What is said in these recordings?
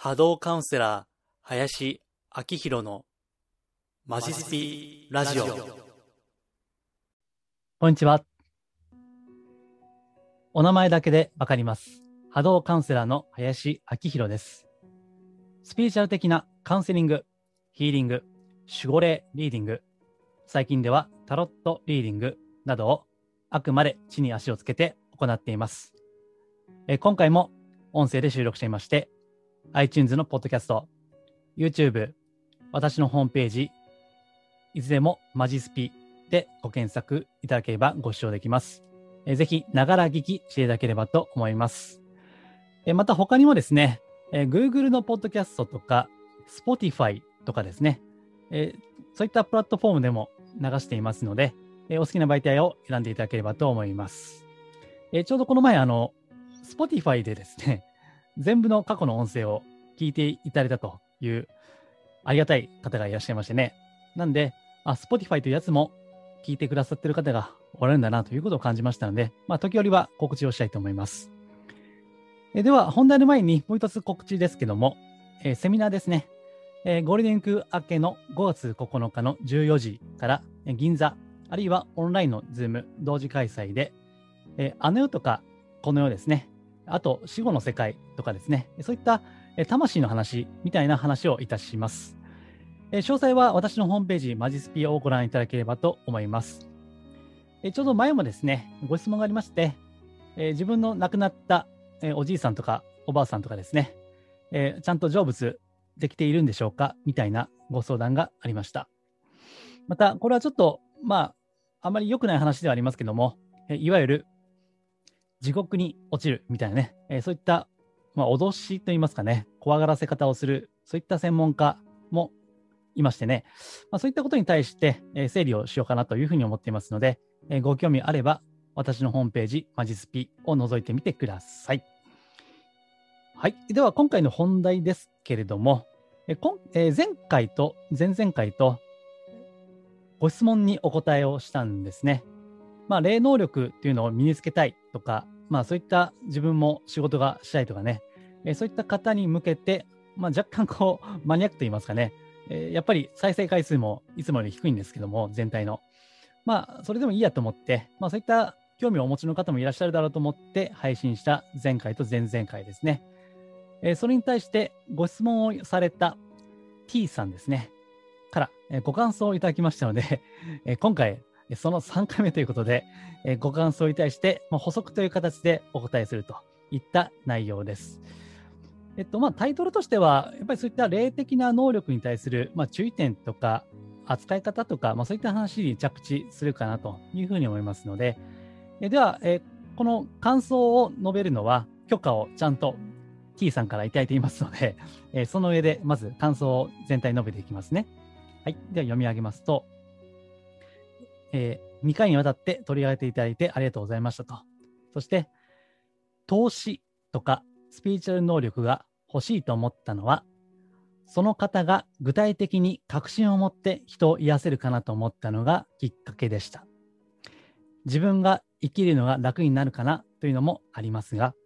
波動カウンセラー林明宏のマジスピラジオ。 こんにちは。お名前だけでわかります。波動カウンセラーの林明宏です。スピリチュアル的なカウンセリング、ヒーリング、守護霊リーディング、最近ではタロットリーディングなどをあくまで地に足をつけて行っています。今回も音声で収録していまして、iTunes のポッドキャスト、YouTube、私のホームページ、いずれもマジスピでご検索いただければご視聴できます。ぜひ、ながら聞きしていただければと思います。また他にもですね、Google のポッドキャストとか、Spotify とかですね、そういったプラットフォームでも流していますので、お好きな媒体を選んでいただければと思います。ちょうどこの前、Spotify でですね、全部の過去の音声を聞いていただいたというありがたい方がいらっしゃいましてね。なんで、Spotify というやつも聞いてくださっている方がおられるんだなということを感じましたので、時折は告知をしたいと思います。では、本題の前にもう一つ告知ですけども、セミナーですね。ゴールデンウィーク明けの5月9日の14時から銀座、あるいはオンラインのズーム同時開催で、あの世とかこの世ですね。あと死後の世界とかですね。そういった魂の話みたいな話をいたします。詳細は私のホームページマジスピをご覧いただければと思います。ちょうど前もですね、ご質問がありまして、自分の亡くなったおじいさんとかおばあさんとかですね、ちゃんと成仏できているんでしょうかみたいなご相談がありました。また、これはちょっと、あまり良くない話ではありますけども、いわゆる地獄に落ちるみたいなね、そういった、脅しといいますかね、怖がらせ方をする、そういった専門家もいましてね、そういったことに対して、整理をしようかなというふうに思っていますので、ご興味あれば、私のホームページ、マジスピを覗いてみてください。はい。では、今回の本題ですけれども、前回と前々回とご質問にお答えをしたんですね。霊能力っていうのを身につけたいとか、そういった自分も仕事がしたいとかね、そういった方に向けて、若干マニアックと言いますかね、やっぱり再生回数もいつもより低いんですけども、全体の。それでもいいやと思って、そういった興味をお持ちの方もいらっしゃるだろうと思って配信した前回と前々回ですね。それに対してご質問をされた T さんですね、から、ご感想をいただきましたので、今回、その3回目ということで、ご感想に対して、補足という形でお答えするといった内容です。タイトルとしては、やっぱりそういった霊的な能力に対する、注意点とか、扱い方とか、そういった話に着地するかなというふうに思いますので、では、この感想を述べるのは、許可をちゃんと T さんからいただいていますので、その上でまず感想を全体述べていきますね。はい。では読み上げますと、2回にわたって取り上げていただいてありがとうございましたと。そして、投資とかスピリチュアル能力が欲しいと思ったのは、その方が具体的に確信を持って人を癒せるかなと思ったのがきっかけでした。自分が生きるのが楽になるかなというのもありますが、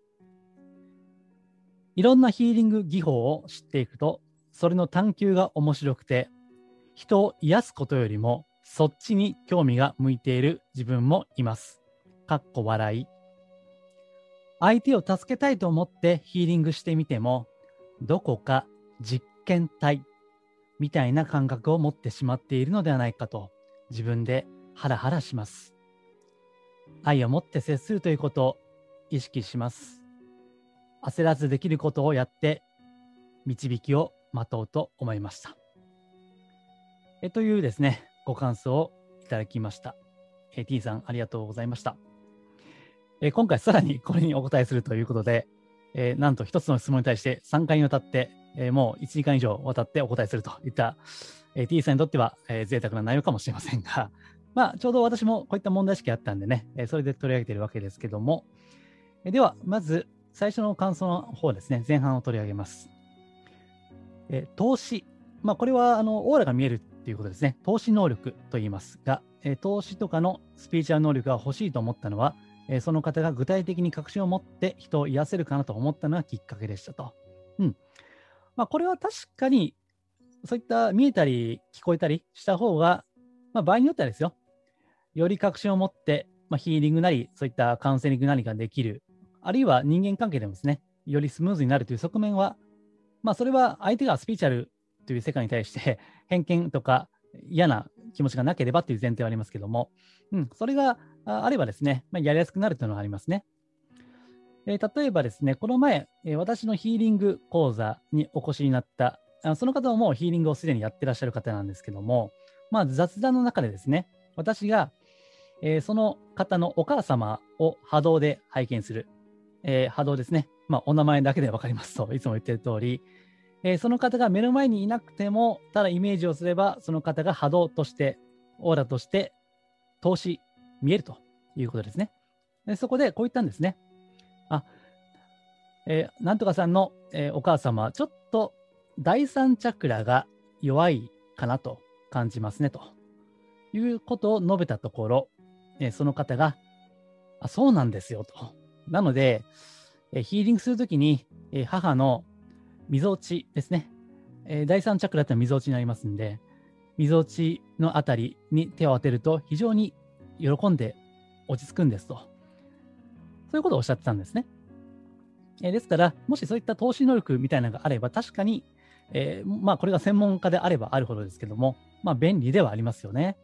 いろんなヒーリング技法を知っていくと、それの探求が面白くて、人を癒すことよりもそっちに興味が向いている自分もいます。かっこ笑い。相手を助けたいと思ってヒーリングしてみても、どこか実験体みたいな感覚を持ってしまっているのではないかと自分でハラハラします。愛を持って接するということを意識します。焦らずできることをやって導きを待とうと思いました。というですね、ご感想をいただきました。T さん、ありがとうございました。今回さらにこれにお答えするということで、なんと一つの質問に対して3回にわたって、もう1時間以上わたってお答えするといった、T さんにとっては、贅沢な内容かもしれませんが、ちょうど私もこういった問題意識あったんでね、それで取り上げているわけですけども、では、まず最初の感想の方ですね、前半を取り上げます。投資。これはオーラが見えるということですね。投資能力と言いますが、投資とかのスピリチュアル能力が欲しいと思ったのは、その方が具体的に確信を持って人を癒せるかなと思ったのがきっかけでしたと。 これは確かに、そういった見えたり聞こえたりした方が、場合によってはですよ、より確信を持って、ヒーリングなり、そういったカウンセリングなりができる、あるいは人間関係でもですね、よりスムーズになるという側面は、それは相手がスピリチュアルという世界に対して偏見とか嫌な気持ちがなければという前提はありますけども、それがあればですね、やりやすくなるというのがありますね。例えばですね、この前、私のヒーリング講座にお越しになった、その方はもうヒーリングをすでにやってらっしゃる方なんですけども、雑談の中でですね、私が、その方のお母様を波動で拝見する、波動ですね、お名前だけで分かりますといつも言っている通り、その方が目の前にいなくても、ただイメージをすれば、その方が波動として、オーラとして通し見えるということですね。でそこでこう言ったんですね。なんとかさんの、お母様、ちょっと第三チャクラが弱いかなと感じますねということを述べたところ、その方が、そうなんですよと。なので、ヒーリングするときに、母のみぞおちですね。第三チャクラってのはみぞおちになりますんで、みぞおちのあたりに手を当てると非常に喜んで落ち着くんですと。そういうことをおっしゃってたんですね。ですから、もしそういった投資能力みたいなのがあれば、確かに、これが専門家であればあるほどですけども、便利ではありますよね。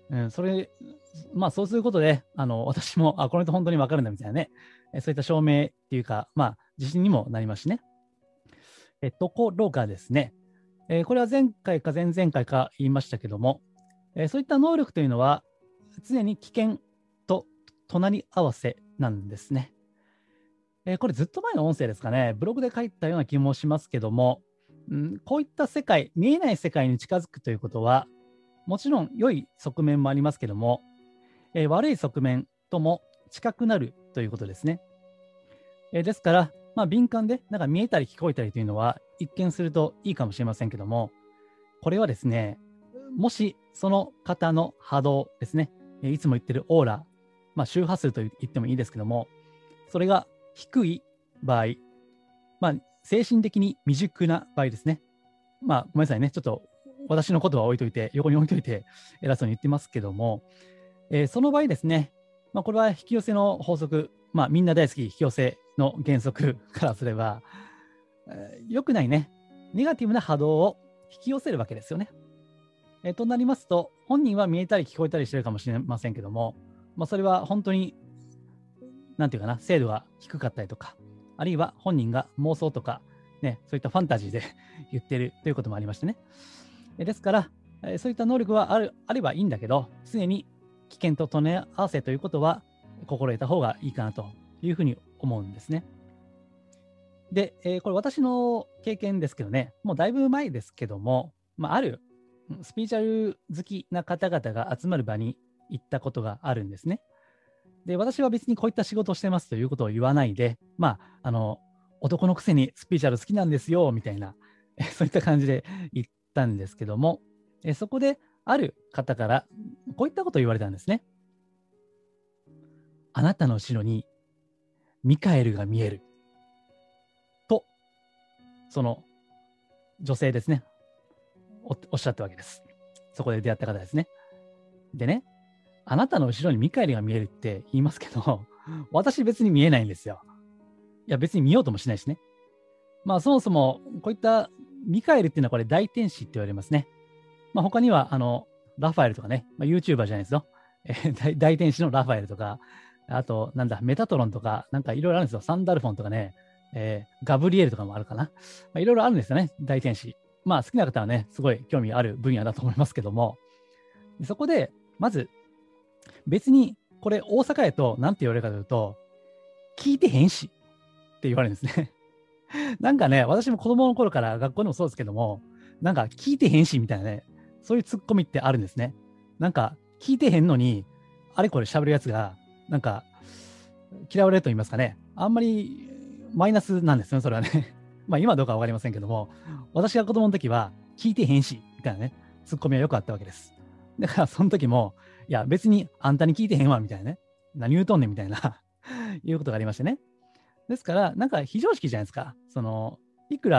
そうすることで、私も、この人本当に分かるんだみたいなね、そういった証明っていうか、自信にもなりますしね。ところがですね、これは前回か前々回か言いましたけども、そういった能力というのは、常に危険と隣り合わせなんですね。これずっと前の音声ですかね、ブログで書いたような気もしますけども、こういった世界、見えない世界に近づくということは、もちろん良い側面もありますけども、悪い側面とも近くなるということですね。ですから、敏感でなんか見えたり聞こえたりというのは一見するといいかもしれませんけども、これはですね、もしその方の波動ですね、いつも言ってるオーラ、周波数と言ってもいいですけども、それが低い場合、精神的に未熟な場合ですね。ごめんなさいね、ちょっと私のことは置いといて、横に置いといて偉そうに言ってますけども、その場合ですね、これは引き寄せの法則、みんな大好き引き寄せの原則からすれば、良くないね、ネガティブな波動を引き寄せるわけですよね。となりますと、本人は見えたり聞こえたりしてるかもしれませんけども、それは本当に、なんていうかな、精度が低かったりとか、あるいは本人が妄想とか、ね、そういったファンタジーで言ってるということもありましてね。ですから、そういった能力はあればいいんだけど、常に危険と隣り合わせということは心得た方がいいかなというふうに思うんですね。で、これ私の経験ですけどね、もうだいぶ前ですけども、あるスピリチュアル好きな方々が集まる場に行ったことがあるんですね。で、私は別にこういった仕事をしてますということを言わないで、男のくせにスピリチュアル好きなんですよ、みたいな、そういった感じで言ったんですけども、そこである方からこういったことを言われたんですね。あなたの後ろにミカエルが見える。と、その女性ですね、おっしゃったわけです。そこで出会った方ですね。でね、あなたの後ろにミカエルが見えるって言いますけど、私別に見えないんですよ。いや別に見ようともしないしね。そもそもこういったミカエルっていうのはこれ大天使って言われますね。他にはラファエルとかね、YouTuber じゃないですよ。大天使のラファエルとか、あとメタトロンとか、なんかいろいろあるんですよ。サンダルフォンとかね、ガブリエルとかもあるかな。いろいろあるんですよね、大天使。好きな方はね、すごい興味ある分野だと思いますけども、そこで、まず、別に、これ大阪やと何て言われるかというと、聞いてへんしって言われるんですね。なんかね、私も子供の頃から学校でもそうですけども、なんか聞いてへんしみたいなね、そういうツッコミってあるんですね。なんか聞いてへんのに、あれこれ喋るやつが、なんか嫌われると言いますかね、あんまりマイナスなんですよね、それはね。今どうかわかりませんけども、私が子供の時は聞いてへんし、みたいなね、ツッコミはよくあったわけです。だからその時も、いや別にあんたに聞いてへんわ、みたいなね、何言うとんねんみたいないうことがありましてね。ですから、なんか非常識じゃないですか。いくら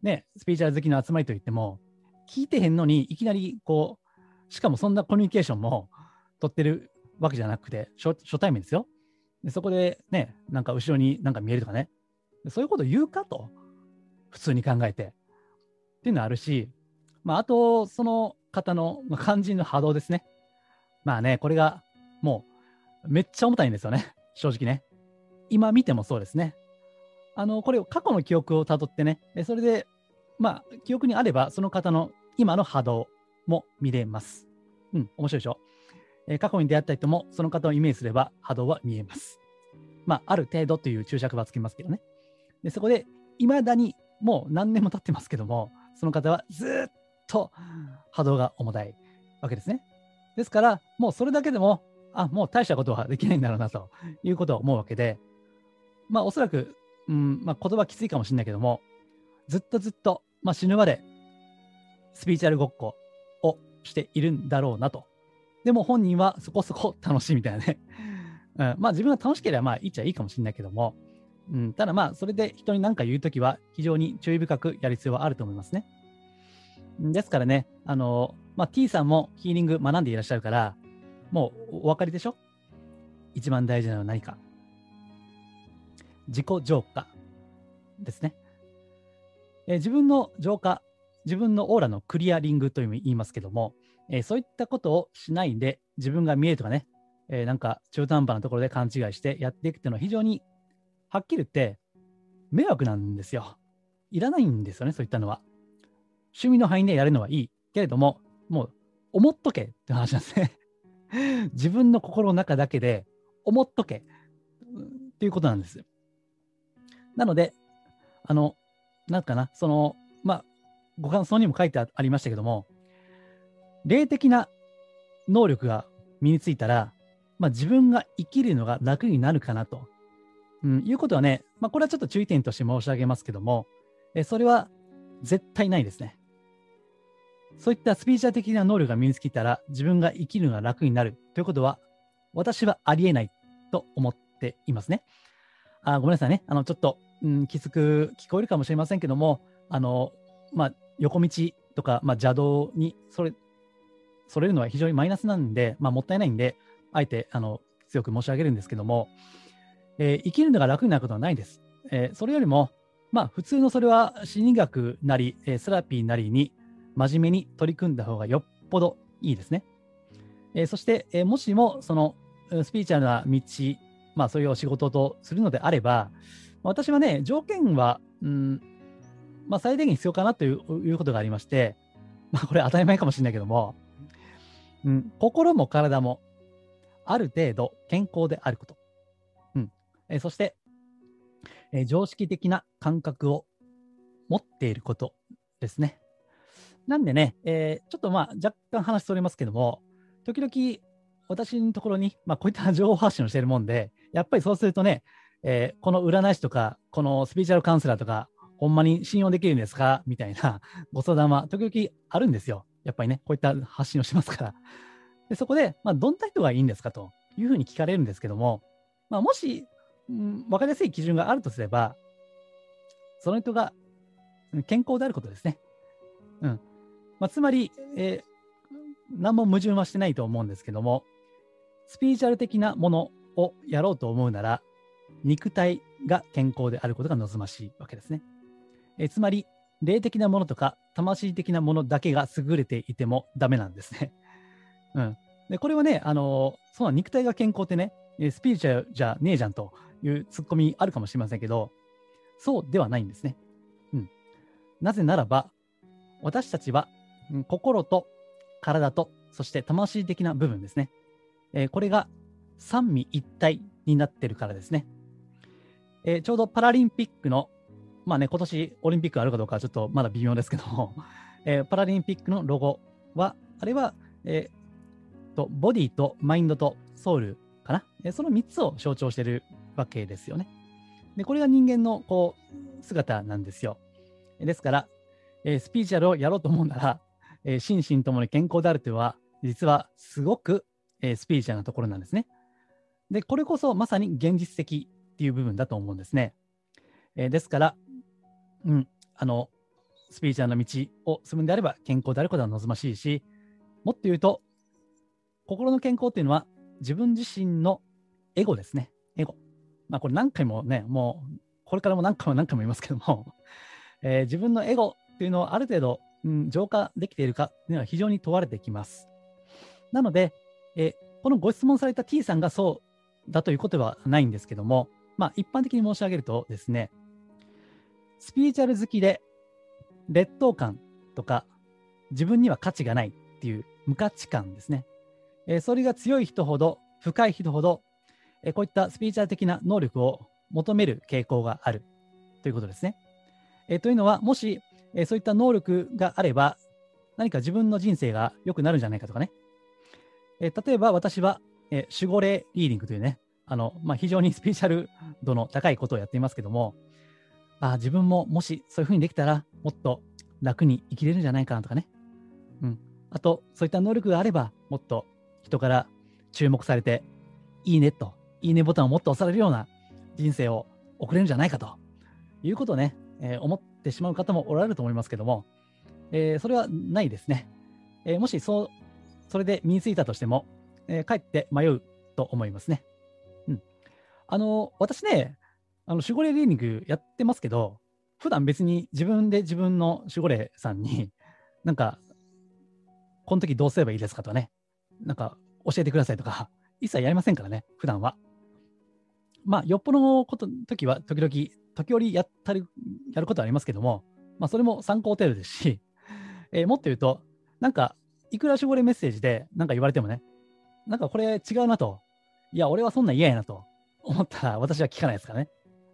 ね、スピリチュアル好きの集まりといっても、聞いてへんのにいきなりこう、しかもそんなコミュニケーションも取ってるわけじゃなくて、初対面ですよ。でそこでね、なんか後ろになんか見えるとかね、そういうこと言うかと、普通に考えて。っていうのはあるし、まあ、あと、その方の肝心の波動ですね。まあね、これがもうめっちゃ重たいんですよね、正直ね。今見てもそうですね。これを過去の記憶をたどってね、それで、まあ、記憶にあれば、その方の今の波動も見れます。面白いでしょ。過去に出会った人も、その方をイメージすれば波動は見えます。まあ、ある程度という注釈はつきますけどね。でそこで、いまだにもう何年も経ってますけども、その方はずっと波動が重たいわけですね。ですから、もうそれだけでも、もう大したことはできないんだろうなということを思うわけで、まあ、おそらく、言葉きついかもしれないけども、ずっと、死ぬまでスピリチュアルごっこをしているんだろうなと。でも本人はそこそこ楽しいみたいなね。自分が楽しければいいっちゃいいかもしれないけども、ただそれで人に何か言うときは非常に注意深くやる必要はあると思いますね。ですからね、T さんもヒーリング学んでいらっしゃるから、もうお分かりでしょ？一番大事なのは何か。自己浄化ですね。自分の浄化、自分のオーラのクリアリングという意味言いますけども、そういったことをしないで自分が見えるとかね、なんか中途半端なところで勘違いしてやっていくっていうのは非常にはっきり言って迷惑なんですよ。いらないんですよね、そういったのは。趣味の範囲でやるのはいいけれども、もう思っとけって話なんですね。自分の心の中だけで思っとけっていうことなんです。なので、なんかな、ご感想にも書いてありましたけども、霊的な能力が身についたら、自分が生きるのが楽になるかなと、いうことはね、これはちょっと注意点として申し上げますけども、それは絶対ないですね。そういったスピリチュアル的な能力が身についたら、自分が生きるのが楽になるということは、私はありえないと思っていますね。ごめんなさいね。ちょっと、きつく聞こえるかもしれませんけども、横道とか、邪道にそれるのは非常にマイナスなんで、もったいないんで、あえて強く申し上げるんですけども、生きるのが楽になることはないです。それよりも、普通のそれは心理学なり、セラピーなりに真面目に取り組んだ方がよっぽどいいですね。そして、もしもそのスピリチュアルな道、そういうお仕事とするのであれば、私はね、条件は、最低限必要かなということがありまして、これ当たり前かもしれないけども、心も体もある程度健康であること。そして、常識的な感覚を持っていることですね。なんでね、ちょっと若干話それますけども、時々私のところに、こういった情報発信をしているもんで、やっぱりそうするとね、この占い師とか、このスピリチュアルカウンセラーとか、ほんまに信用できるんですかみたいなご相談は時々あるんですよ。やっぱりね、こういった発信をしますから。でそこで、どんな人がいいんですかというふうに聞かれるんですけども、もし、分かりやすい基準があるとすれば、その人が健康であることですね。つまり、何も矛盾はしてないと思うんですけども、スピリチュアル的なものをやろうと思うなら、肉体が健康であることが望ましいわけですね。つまり、霊的なものとか魂的なものだけが優れていてもダメなんですね。でこれはね、その肉体が健康ってね、スピリチュアルじゃねえじゃんというツッコミあるかもしれませんけど、そうではないんですね。なぜならば、私たちは心と体と、そして魂的な部分ですね。これが三位一体になっているからですね。ちょうどパラリンピックの、今年オリンピックあるかどうかはちょっとまだ微妙ですけども、パラリンピックのロゴは、あれは、ボディとマインドとソウルかな。その3つを象徴しているわけですよね。で、これが人間の姿なんですよ。ですから、スピリチュアルをやろうと思うなら、心身ともに健康であるというのは、実はすごく、スピリチュアルなところなんですね。で、これこそまさに現実的っていう部分だと思うんですね。ですから、 スピリチュアルな道を進むんであれば健康であることは望ましいし、もっと言うと、心の健康っていうのは自分自身のエゴですね。エゴ。これ何回もね、もうこれからも何回も言いますけども、自分のエゴっていうのをある程度、浄化できているかっていうのは非常に問われてきます。なので、このご質問された T さんがそうだということはないんですけども、一般的に申し上げるとですね、スピリチュアル好きで劣等感とか自分には価値がないっていう無価値観ですね。それが強い人ほど、深い人ほど、こういったスピリチュアル的な能力を求める傾向があるということですね。というのは、もし、そういった能力があれば、何か自分の人生が良くなるんじゃないかとかね。例えば私は、守護霊リーディングというね、非常にスピリチュアル度の高いことをやっていますけども、自分ももしそういうふうにできたら、もっと楽に生きれるんじゃないかなとかね。あと、そういった能力があれば、もっと人から注目されて、いいねボタンをもっと押されるような人生を送れるんじゃないかということをね、思ってしまう方もおられると思いますけども、それはないですね。もしそれで身についたとしても、かえって迷うと思いますね。私ね、守護霊リーディングやってますけど、普段別に自分で自分の守護霊さんに、なんか、この時どうすればいいですかとかね、なんか教えてくださいとか、一切やりませんからね、普段は。よっぽどの時は時折やることはありますけども、それも参考程度ですし、もっと言うと、なんか、いくら守護霊メッセージでなんか言われてもね、なんかこれ違うなと、いや、俺はそんな嫌やなと思ったら私は聞かないですからね。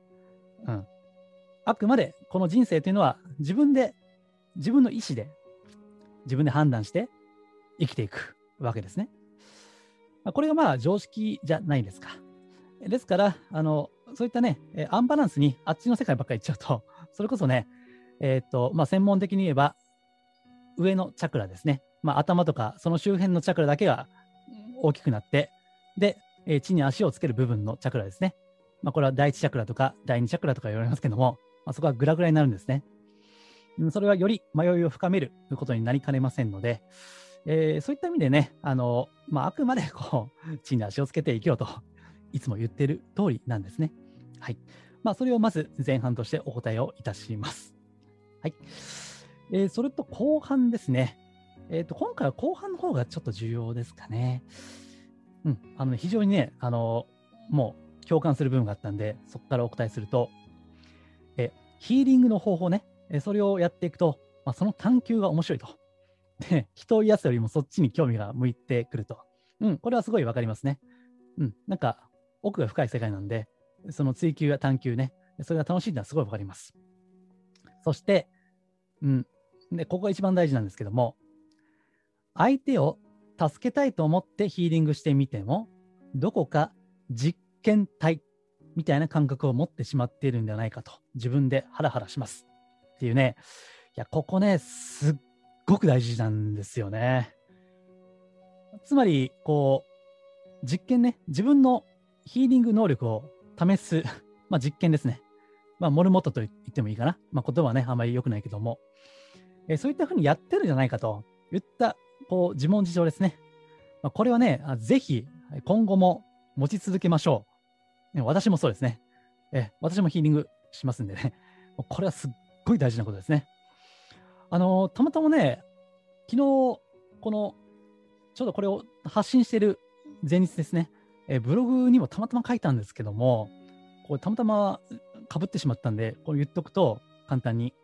あくまでこの人生というのは自分の意思で自分で判断して生きていくわけですね。これが常識じゃないですか。ですから、そういったね、アンバランスにあっちの世界ばっかり行っちゃうと、それこそね、専門的に言えば、上のチャクラですね。頭とか、その周辺のチャクラだけが大きくなって、で、地に足をつける部分のチャクラですね。これは第一チャクラとか、第二チャクラとか言われますけども、そこはグラグラになるんですね。それはより迷いを深めるということになりかねませんので、そういった意味でね、あくまで地に足をつけて生きろと、いつも言っている通りなんですね。はい。それをまず前半としてお答えをいたします。はい。それと後半ですね。今回は後半の方がちょっと重要ですかね。非常にね、もう共感する部分があったんで、そこからお答えすると、ヒーリングの方法ね、それをやっていくと、その探求が面白いと。で、人を癒すよりもそっちに興味が向いてくると。これはすごいわかりますね。なんか奥が深い世界なんで、その追求や探求ね、それが楽しいのはすごいわかります。そして、で、ここが一番大事なんですけども、相手を助けたいと思ってヒーリングしてみても、どこか実験体みたいな感覚を持ってしまっているんではないかと、自分でハラハラしますっていうね、いや、ここね、すっごく大事なんですよね。つまり、実験ね、自分のヒーリング能力を試す、実験ですね。モルモットと言ってもいいかな。言葉はね、あまり良くないけども、そういったふうにやってるんじゃないかといった自問自答ですね。これはね、ぜひ今後も持ち続けましょう。私もそうですね。私もヒーリングしますんでね。これはすっごい大事なことですね。たまたまね、昨日、ちょうどこれを発信している前日ですね、ブログにもたまたま書いたんですけども、これたまたま被ってしまったんで、これ言っとくと簡単に。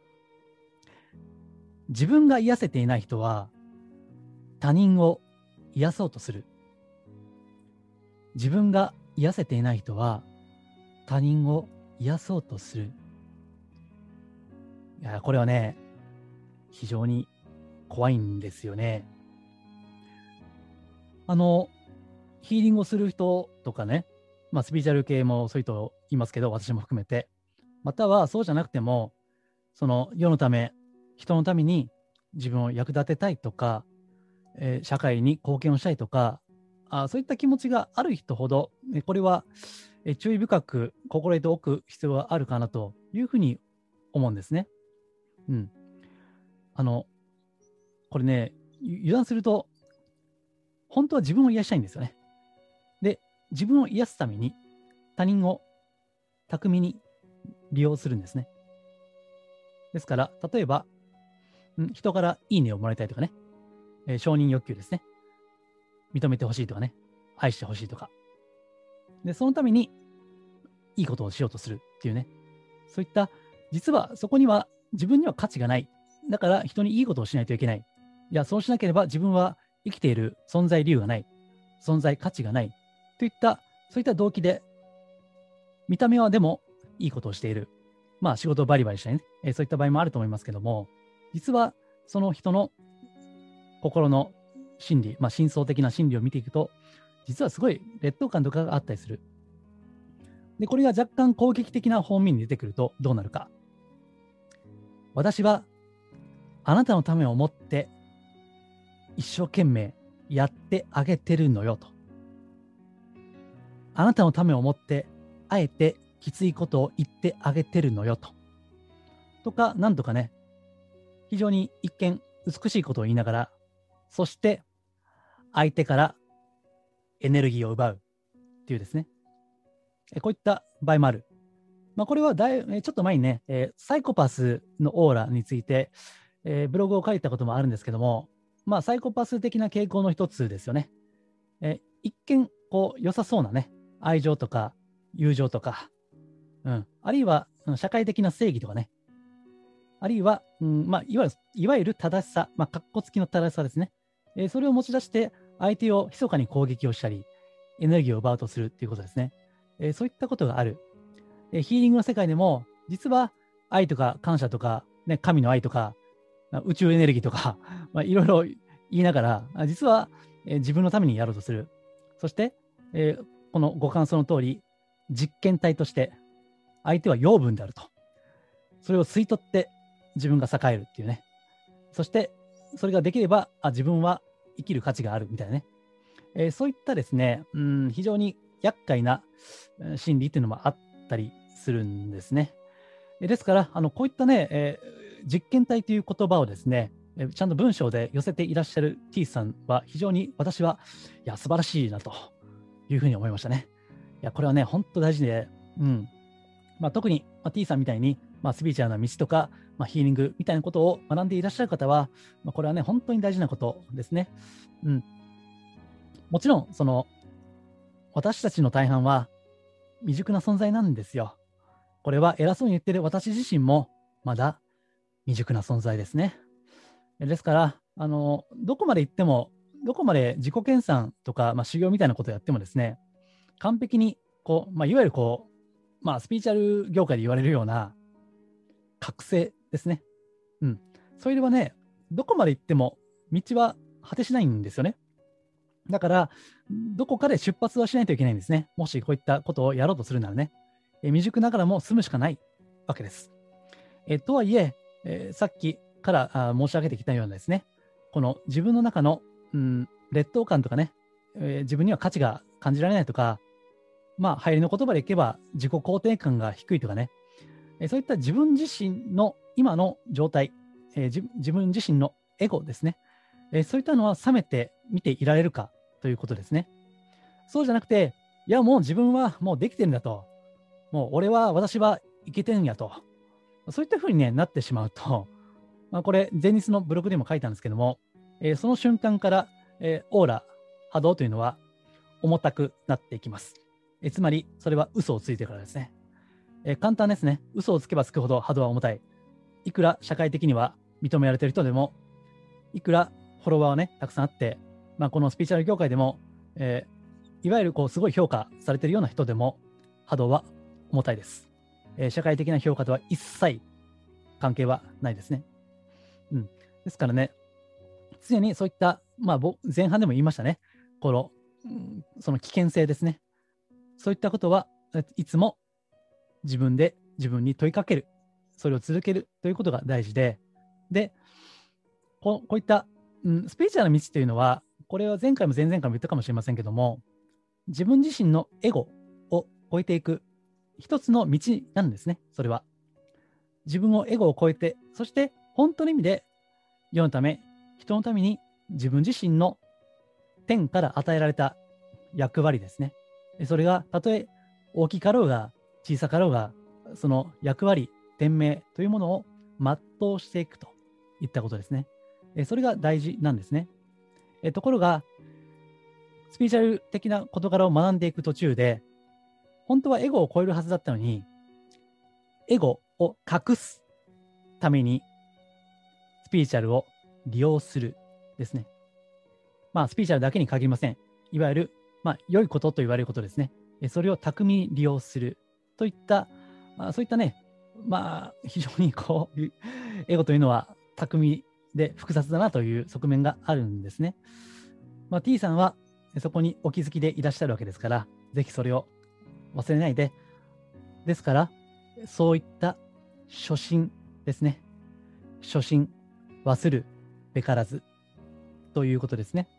自分が癒せていない人は他人を癒そうとする。自分が癒せていない人は他人を癒そうとする。いや、これはね、非常に怖いんですよね。ヒーリングをする人とかね、スピリチュアル系もそういう人いますけど、私も含めて、またはそうじゃなくても、その世のため、人のために自分を役立てたいとか、社会に貢献をしたいとか、そういった気持ちがある人ほど、これは注意深く心得ておく必要があるかなというふうに思うんですね。 これね、油断すると、本当は自分を癒したいんですよね。で、自分を癒すために他人を巧みに利用するんですね。ですから、例えば、人からいいねをもらいたいとかね、承認欲求ですね。認めてほしいとかね、愛してほしいとか。で、そのためにいいことをしようとするっていうね、そういった、実はそこには自分には価値がない。だから人にいいことをしないといけない。いや、そうしなければ自分は生きている存在理由がない。存在価値がない。といった、そういった動機で、見た目はでもいいことをしている。まあ仕事をバリバリしたりね、そういった場合もあると思いますけども、実はその人の心の心理、深層的な心理を見ていくと、実はすごい劣等感とかがあったりする。で、これが若干攻撃的な方面に出てくるとどうなるか。私はあなたのためを思って一生懸命やってあげてるのよと。あなたのためを思ってあえてきついことを言ってあげてるのよと。とか、なんとかね、非常に一見美しいことを言いながら、そして相手からエネルギーを奪うっていうですね。こういった場合もある。これはちょっと前にね、サイコパスのオーラについて、ブログを書いたこともあるんですけども、サイコパス的な傾向の一つですよね。一見こう良さそうなね、愛情とか友情とか、あるいは社会的な正義とかね、あるいは、いわゆる正しさ、かっこつきの正しさですね。それを持ち出して相手を密かに攻撃をしたり、エネルギーを奪おうとするっていうことですね。そういったことがある。ヒーリングの世界でも、実は愛とか感謝とか、ね、神の愛とか、宇宙エネルギーとか、いろいろ言いながら、実は、自分のためにやろうとする。そして、このご感想の通り、実験体として相手は養分であると。それを吸い取って自分が栄えるっていうね。そして、それができれば、自分は生きる価値があるみたいなね。そういったですね、非常に厄介な心理っていうのもあったりするんですね。ですから、こういったね、実験体という言葉をですね、ちゃんと文章で寄せていらっしゃる T さんは非常に私は、素晴らしいなというふうに思いましたね。これはね、本当大事で、特に、T さんみたいに、スピリチュアルな道とか、ヒーリングみたいなことを学んでいらっしゃる方は、これはね、本当に大事なことですね。もちろん、私たちの大半は未熟な存在なんですよ。これは偉そうに言ってる私自身もまだ未熟な存在ですね。ですから、どこまで行っても、どこまで自己研鑽とか、修行みたいなことをやってもですね、完璧に、いわゆるスピリチュアル業界で言われるような覚醒ですね。それではね、どこまで行っても道は果てしないんですよね。だから、どこかで出発はしないといけないんですね。もしこういったことをやろうとするならね。未熟ながらも済むしかないわけです。とはいえ、さっきから申し上げてきたようなですね、この自分の中の、劣等感とかね、自分には価値が感じられないとか、流行りの言葉でいけば自己肯定感が低いとかね、そういった自分自身の今の状態、自分自身のエゴですね、そういったのは冷めて見ていられるかということですね。そうじゃなくて、いやもう自分はもうできてるんだと、もう私はいけてるんやと、そういった風に、ね、なってしまうと、これ前日のブログでも書いたんですけども、その瞬間から、オーラ、波動というのは重たくなっていきます。つまり、それは嘘をついてるからですね。簡単ですね。嘘をつけばつくほど波動は重たい。いくら社会的には認められている人でも、いくらフォロワーはね、たくさんあって、このスピリチュアル業界でも、いわゆるすごい評価されているような人でも、波動は重たいです。社会的な評価とは一切関係はないですね。ですからね、常にそういった、前半でも言いましたね、その危険性ですね。そういったことはいつも自分で自分に問いかける、それを続けるということが大事で、こういった、スピリチュアルな道というのは、これは前回も前々回も言ったかもしれませんけども、自分自身のエゴを超えていく一つの道なんですね、それは。自分をエゴを超えて、そして本当の意味で世のため、人のために自分自身の天から与えられた役割ですね。それがたとえ大きかろうが小さかろうが、その役割、天命というものを全うしていくといったことですね。それが大事なんですね。ところが、スピリチュアル的な事柄を学んでいく途中で、本当はエゴを超えるはずだったのに、エゴを隠すためにスピリチュアルを利用するですね。スピリチュアルだけに限りません。いわゆる、良いことと言われることですね。それを巧みに利用するといった、そういったね、非常にエゴというのは巧みで複雑だなという側面があるんですね。T さんはそこにお気づきでいらっしゃるわけですから、ぜひそれを忘れないで。ですから、そういった初心ですね。初心、忘るべからずということですね。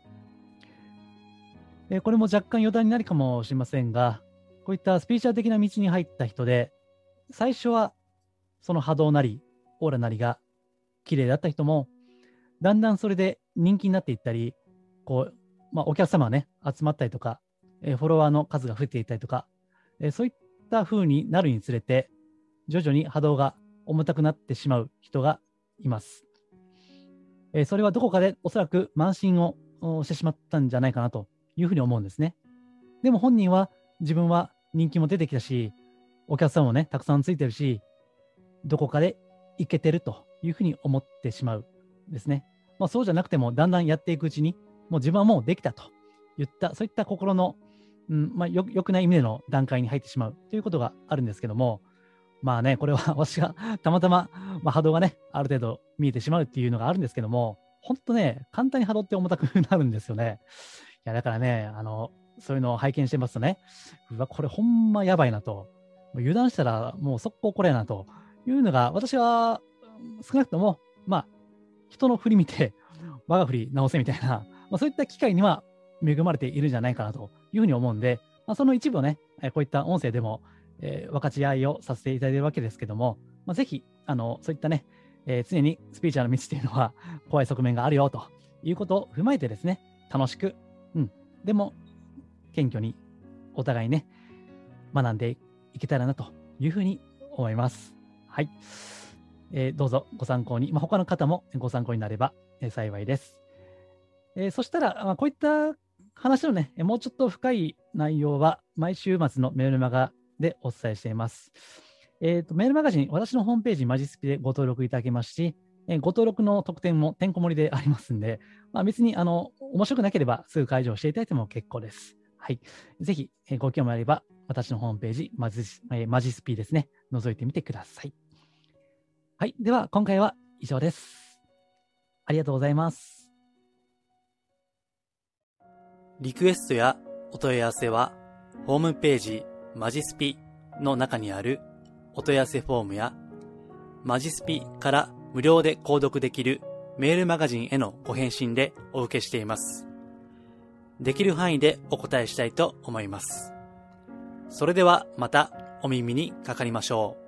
これも若干余談になるかもしれませんが、こういったスピリチュアル的な道に入った人で、最初はその波動なり、オーラなりが綺麗だった人も、だんだんそれで人気になっていったり、お客様がね、集まったりとか、フォロワーの数が増えていったりとか、そういった風になるにつれて、徐々に波動が重たくなってしまう人がいます。それはどこかでおそらく慢心をしてしまったんじゃないかなというふうに思うんですね。でも本人は自分は人気も出てきたし、お客さんもね、たくさんついてるし、どこかでいけてるというふうに思ってしまうですね。そうじゃなくてもだんだんやっていくうちに、もう自分はもうできたといった、そういった心の、良くない意味での段階に入ってしまうということがあるんですけども、これは私がたまたま、波動がね、ある程度見えてしまうっていうのがあるんですけども、本当ね、簡単に波動って重たくなるんですよね。いや、だからね、そういうのを拝見してますとね、これほんまやばいなと、油断したらもう速攻これやなというのが、私は少なくとも、人の振り見て、我が振り直せみたいな、そういった機会には恵まれているんじゃないかなというふうに思うんで、その一部をね、こういった音声でも、分かち合いをさせていただいているわけですけども、ぜひ、そういったね、常にスピリチュアルの道というのは怖い側面があるよということを踏まえてですね、楽しく、でも謙虚にお互いね、学んでいけたらなというふうに思います。はい。どうぞご参考に、他の方もご参考になれば幸いです。そしたら、こういった話のね、もうちょっと深い内容は毎週末のメールマガでお伝えしています。メールマガジン、私のホームページ、マジスピでご登録いただけますし、ご登録の特典もてんこ盛りでありますんで、別に面白くなければすぐ解除していただいても結構です。はい。ぜひ、ご興味あれば、私のホームページ、マジスピですね、覗いてみてください。はい。では、今回は以上です。ありがとうございます。 リクエストやお問い合わせは、ホームページ、マジスピの中にあるお問い合わせフォームや、マジスピから無料で購読できるメールマガジンへのご返信でお受けしています。できる範囲でお答えしたいと思います。それではまたお耳にかかりましょう。